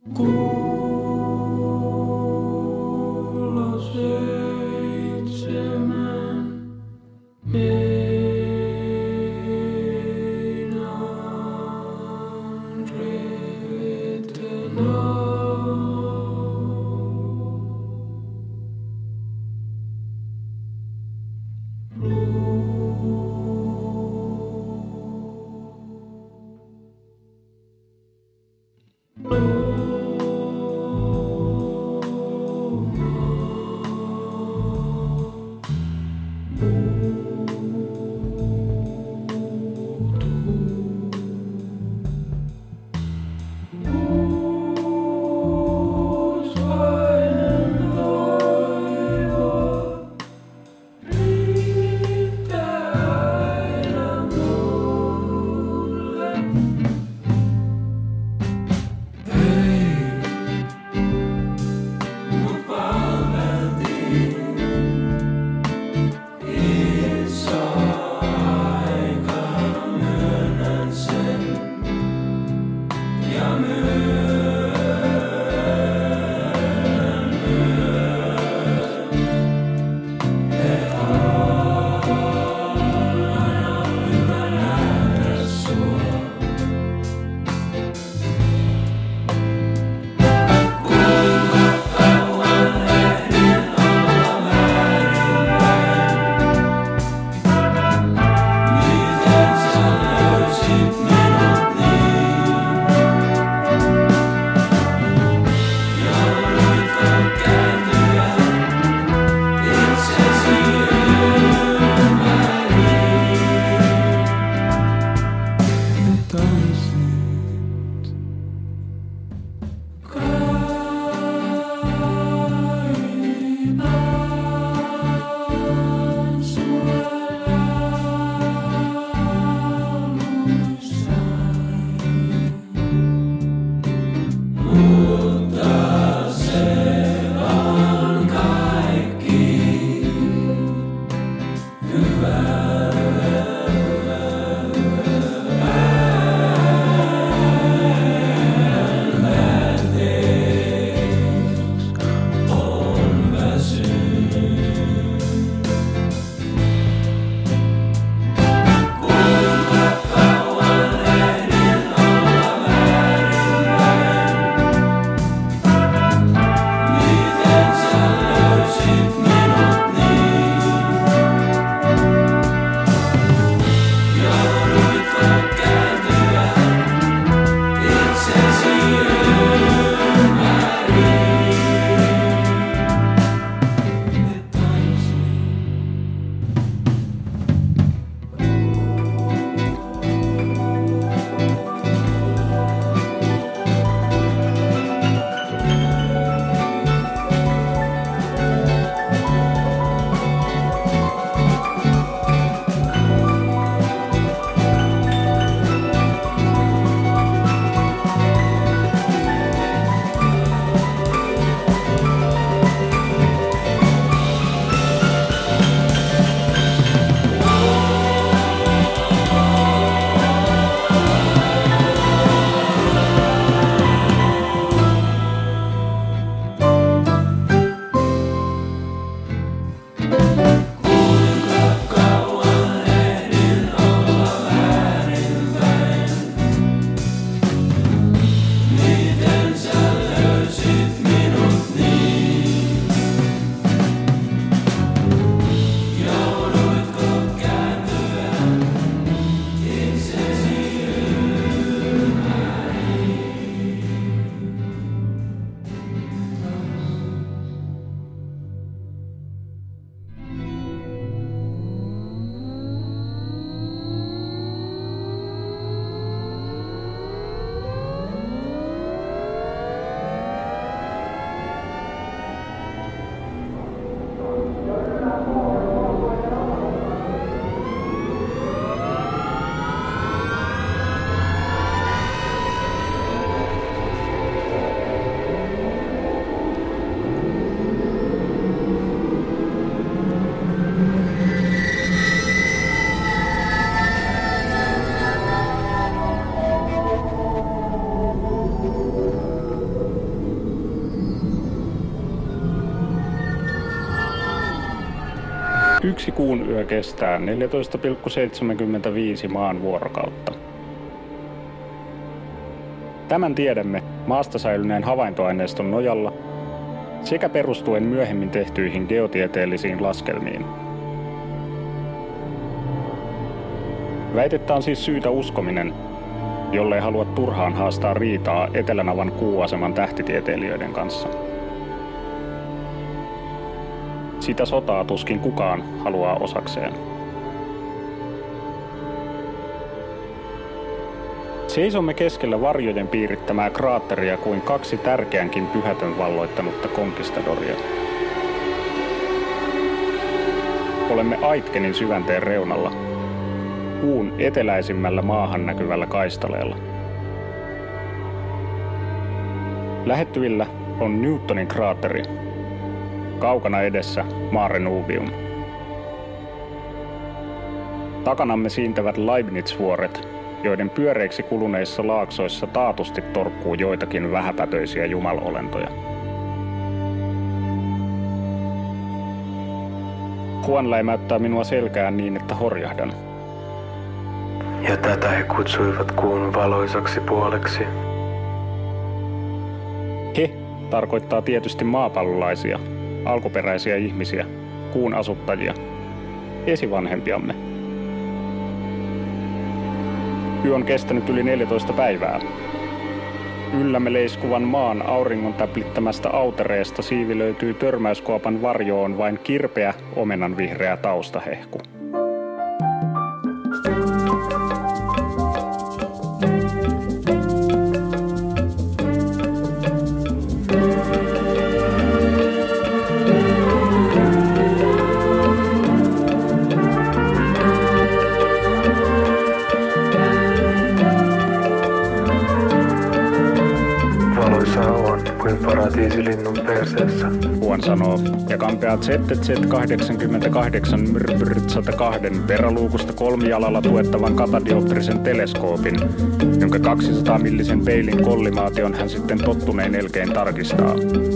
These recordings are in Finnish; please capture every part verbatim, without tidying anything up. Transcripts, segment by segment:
Kuulla seitsemän meinaan revetä Yksi kuun yö kestää neljätoista pilkku seitsemänkymmentäviisi maan vuorokautta. Tämän tiedämme maasta säilyneen havaintoaineiston nojalla sekä perustuen myöhemmin tehtyihin geotieteellisiin laskelmiin. Väitettä on siis syytä uskominen, jollei halua turhaan haastaa riitaa Etelänavan kuuaseman tähtitieteilijöiden kanssa. Sitä sotaa tuskin kukaan haluaa osakseen. Seisomme keskellä varjojen piirittämää kraatteria kuin kaksi tärkeänkin pyhätön valloittanutta konkistadoria. Olemme Aitkenin syvänteen reunalla, kuun eteläisimmällä maahan näkyvällä kaistaleella. Lähettyvillä on Newtonin kraatteri, kaukana edessä Mare Nubium. Takanamme siintävät Leibniz-vuoret, joiden pyöreiksi kuluneissa laaksoissa taatusti torkkuu joitakin vähäpätöisiä jumalolentoja. Juan läimäyttää minua selkään niin, että horjahdan. Ja tätä he kutsuivat kuun valoisaksi puoleksi. He tarkoittaa tietysti maapallolaisia, alkuperäisiä ihmisiä, kuun asuttajia, esivanhempiamme. Yö on kestänyt yli neljätoista päivää. Yllämme leiskuvan maan auringon täplittämästä autereesta siivi löytyy törmäyskuopan varjoon vain kirpeä omenanvihreä taustahehku. Paratiisilinnun perseessä. Juan sanoo, ja kampeaa Z Z kahdeksankymmentäkahdeksan Myrbyrt sata kaksi peräluukusta kolmijalalla tuettavan katadioptrisen teleskoopin, jonka kaksisataa millisen peilin kollimaation hän sitten tottunein elkein tarkistaa.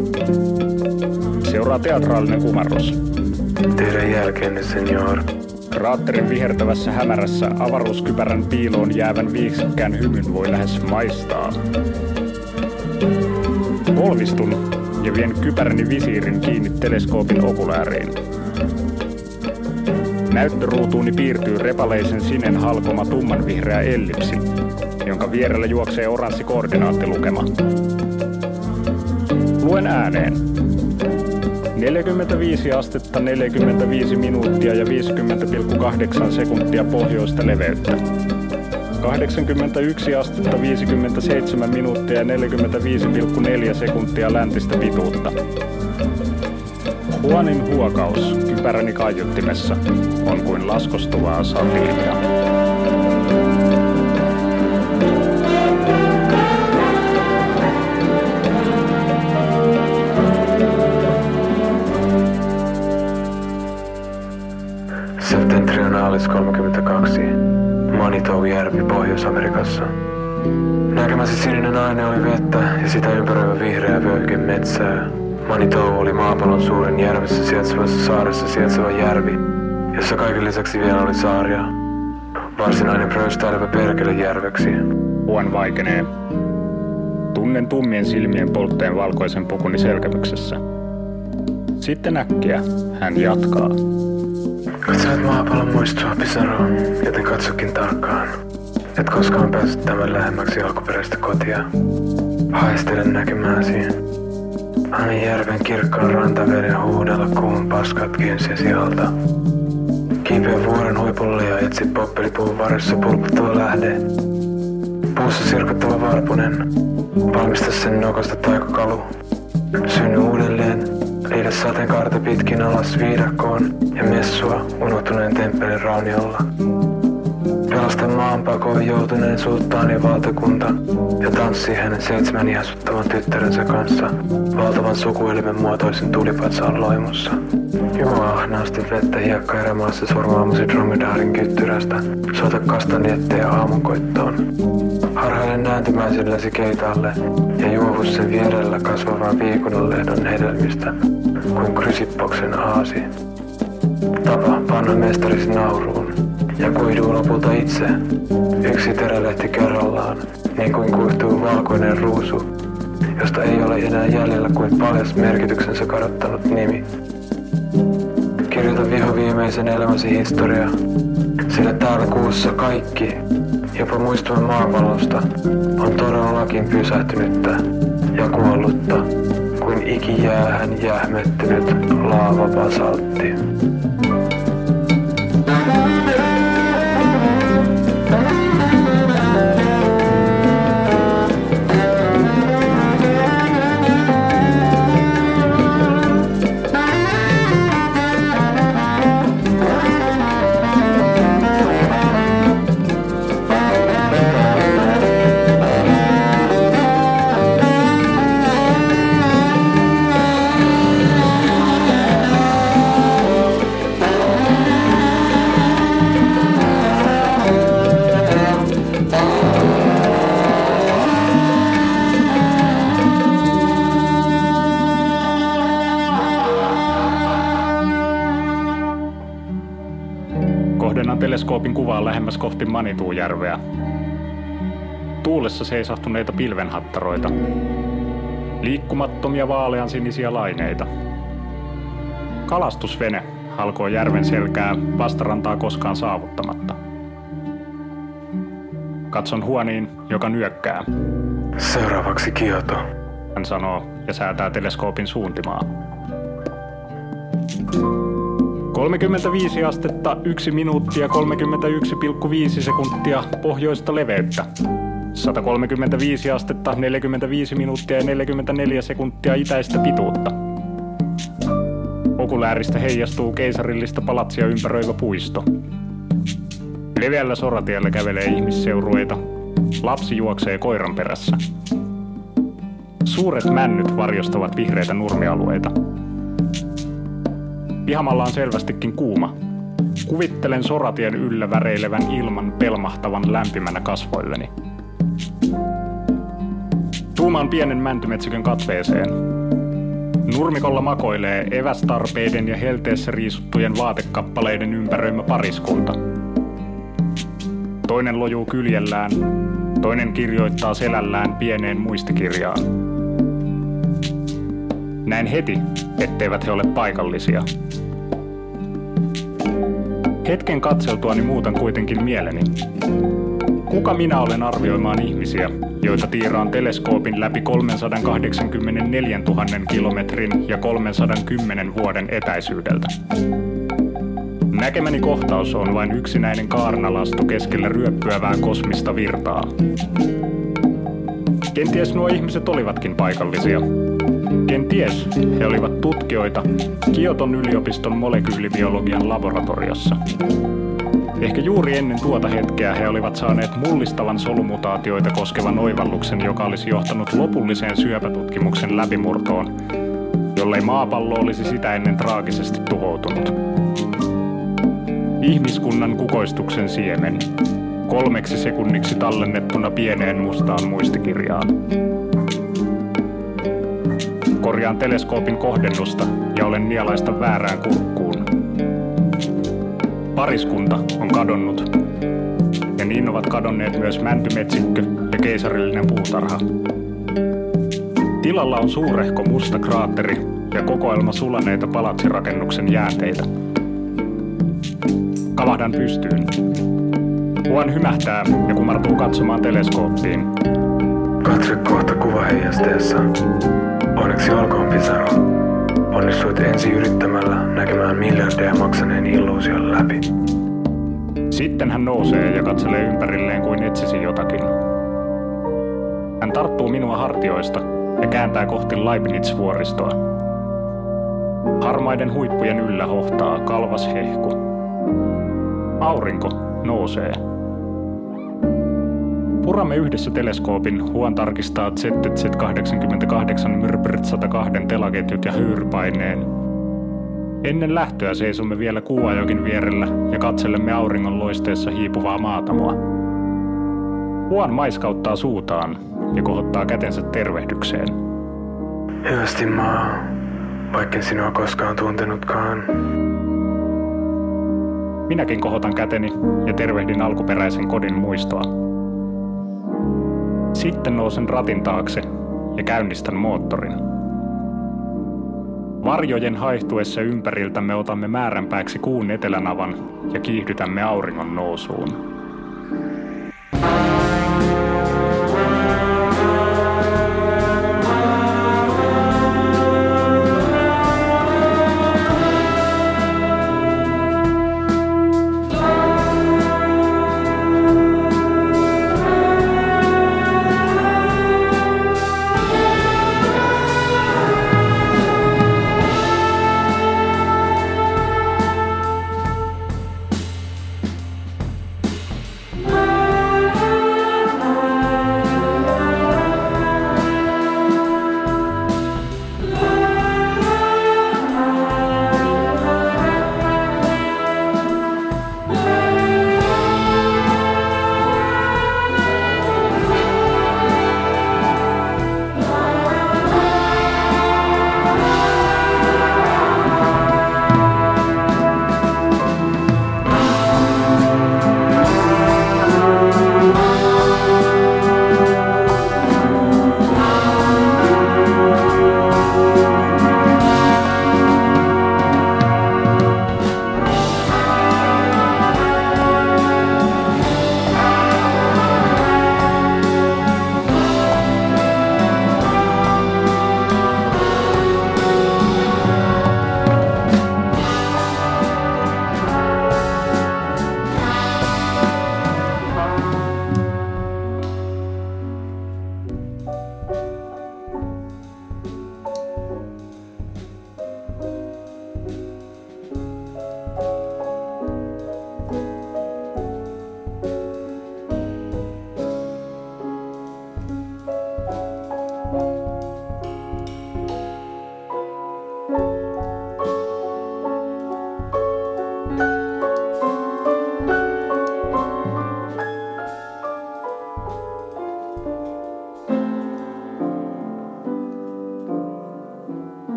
Seuraa teatraalinen kumarrus. Teidän jälkeenne, senior. Kraatterin vihertävässä hämärässä avaruuskypärän piiloon jäävän viiksikkään hymyn voi lähes maistaa. Polvistun ja vien kypäräni visiirin kiinni teleskoopin okulääriin. Näyttöruutuuni piirtyy repaleisen sinen halkoma tummanvihreä ellipsi, jonka vierellä juoksee oranssi koordinaattilukema. Luen ääneen. neljäkymmentäviisi astetta, neljäkymmentäviisi minuuttia ja viisikymmentä pilkku kahdeksan sekuntia pohjoista leveyttä. kahdeksankymmentäyksi astetta, viisikymmentäseitsemän minuuttia ja neljäkymmentäviisi pilkku neljä sekuntia läntistä pituutta. Juanin huokaus kypäräni kaiuttimessa on kuin laskostuvaa satiiria. Septentrionalis kolmekymmentäkaksi. Manitou-järvi Pohjois-Amerikassa. Näkemäsi sininen aine oli vettä ja sitä ympäröivä vihreä vyöhyke metsää. Manitou oli maapallon suurin järvessä sijaitsevassa saaressa sijaitseva järvi, jossa kaiken lisäksi vielä oli saaria. Varsinainen pröystäilevä perkele järveksi. Juan vaikenee. Tunnen tummien silmien poltteen valkoisen pukuni selkämyksessä. Sitten äkkiä hän jatkaa. Katsoit maapallon muistoa, Pisaro, joten katsokin tarkkaan. Et koskaan päässyt tämän lähemmäksi alkuperäistä kotia. Haistelen näkemääsi. Anna järven kirkkaan rantaveden huudella kuun paskat kiinsiesi alta. Kiipeä vuoren huipulle ja etsi poppelipuun varressa pulputtava lähde. Puussa sirkuttava varpunen. Valmista sen nokasta taikakalu. Synny uudelleen. Liidä sateenkaarta pitkin alas viidakkoon ja messua unohtuneen temppelin rauniolla. Pelasta maanpakoon joutuneen sulttaani valtakunta ja tanssi hänen seitsemän ihasuttavan tyttärensä kanssa valtavan sukuelimen muotoisen tulipatsaan loimussa. Juo ahnaasti vettä hiekkaerämaassa surmaamasi dromedaarin kyttyrästä, soita kastanjetteja aamunkoittoon. Harhaile nääntymäiselläsi keitaalle ja juovu sen vierellä kasvavan viikunanlehdon hedelmistä kuin Chrysippoksen aasi. Tapa panna mestarisi nauruun ja kuihduu lopulta itse. Yksi terälehti kerrallaan, niin kuin kuihtuu valkoinen ruusu, josta ei ole enää jäljellä kuin paljas merkityksensä kadottanut nimi. Kirjoita vihoviimeisen elämäsi historia, sillä täällä kuussa kaikki, jopa muistumme maapallosta, on todellakin pysähtynyttä ja kuollutta, kuin ikijäähän jähmettynyt laavabasaltti. Kohdennan teleskoopin kuvaa lähemmäs kohti Manituujärveä. Tuulessa seisahtuneita pilvenhattaroita. Liikkumattomia vaaleansinisiä laineita. Kalastusvene halkoo järven selkää vastarantaa koskaan saavuttamatta. Katson huoniin, joka nyökkää. Seuraavaksi Kioto, hän sanoo ja säätää teleskoopin suuntimaa. kolmekymmentäviisi astetta, yksi minuuttia, kolmekymmentäyksi pilkku viisi sekuntia pohjoista leveyttä. sata kolmekymmentäviisi astetta, neljäkymmentäviisi minuuttia ja neljäkymmentäneljä sekuntia itäistä pituutta. Okulääristä heijastuu keisarillista palatsia ympäröivä puisto. Leveällä soratiellä kävelee ihmisseurueita. Lapsi juoksee koiran perässä. Suuret männyt varjostavat vihreitä nurmialueita. Pihamalla on selvästikin kuuma. Kuvittelen soratien yllä väreilevän ilman pelmahtavan lämpimänä kasvoilleni. Tuumaan pienen mäntymetsikön katveeseen. Nurmikolla makoilee evästarpeiden ja helteessä riisuttujen vaatekappaleiden ympäröimä pariskunta. Toinen lojuu kyljellään, toinen kirjoittaa selällään pieneen muistikirjaan. Näin heti, etteivät he ole paikallisia. Hetken katseltuani muutan kuitenkin mieleni. Kuka minä olen arvioimaan ihmisiä, joita tiiraan teleskoopin läpi kolmesataakahdeksankymmentäneljätuhatta kilometrin ja kolmesadankymmenen vuoden etäisyydeltä? Näkemäni kohtaus on vain yksinäinen kaarnalastu keskellä ryöppyävää kosmista virtaa. Kenties nuo ihmiset olivatkin paikallisia. Kenties he olivat tutkijoita Kioton yliopiston molekyylibiologian laboratoriossa. Ehkä juuri ennen tuota hetkeä he olivat saaneet mullistavan solumutaatioita koskevan oivalluksen, joka olisi johtanut lopulliseen syöpätutkimuksen läpimurtoon, jollei maapallo olisi sitä ennen traagisesti tuhoutunut. Ihmiskunnan kukoistuksen siemen, kolmeksi sekunniksi tallennettuna pieneen mustaan muistikirjaan. Korjaan teleskoopin kohdennusta ja olen nielaista väärään kurkkuun. Pariskunta on kadonnut, ja niin ovat kadonneet myös mäntymetsikkö ja keisarillinen puutarha. Tilalla on suurehko musta kraatteri ja kokoelma sulaneita palatsirakennuksen jäänteitä. Kavahdan pystyyn. Juan hymähtää ja kumartuu katsomaan teleskooppiin. Katse kohta kuvaheijasteessa. Onneksi olkoon, Pisaro. Onnistuit ensi yrittämällä näkemään miljardeja maksaneen illuusion läpi. Sitten hän nousee ja katselee ympärilleen kuin etsisi jotakin. Hän tarttuu minua hartioista ja kääntää kohti Leibniz-vuoristoa. Harmaiden huippujen yllä hohtaa kalvas hehku. Aurinko nousee. Puramme yhdessä teleskoopin, Juan tarkistaa Z Z kahdeksankymmentäkahdeksan Myrbert sata kaksi telaketjut ja höyrypaineen. Ennen lähtöä seisomme vielä Kuuajokin vierellä ja katselemme auringon loisteessa hiipuvaa maatamoa. Juan maiskauttaa suutaan ja kohottaa kätensä tervehdykseen. Hyvästi maa, vaikken sinua koskaan tuntenutkaan. Minäkin kohotan käteni ja tervehdin alkuperäisen kodin muistoa. Sitten nousen ratin taakse ja käynnistän moottorin. Varjojen haihtuessa ympäriltämme otamme määränpääksi kuun etelänavan ja kiihdytämme auringon nousuun.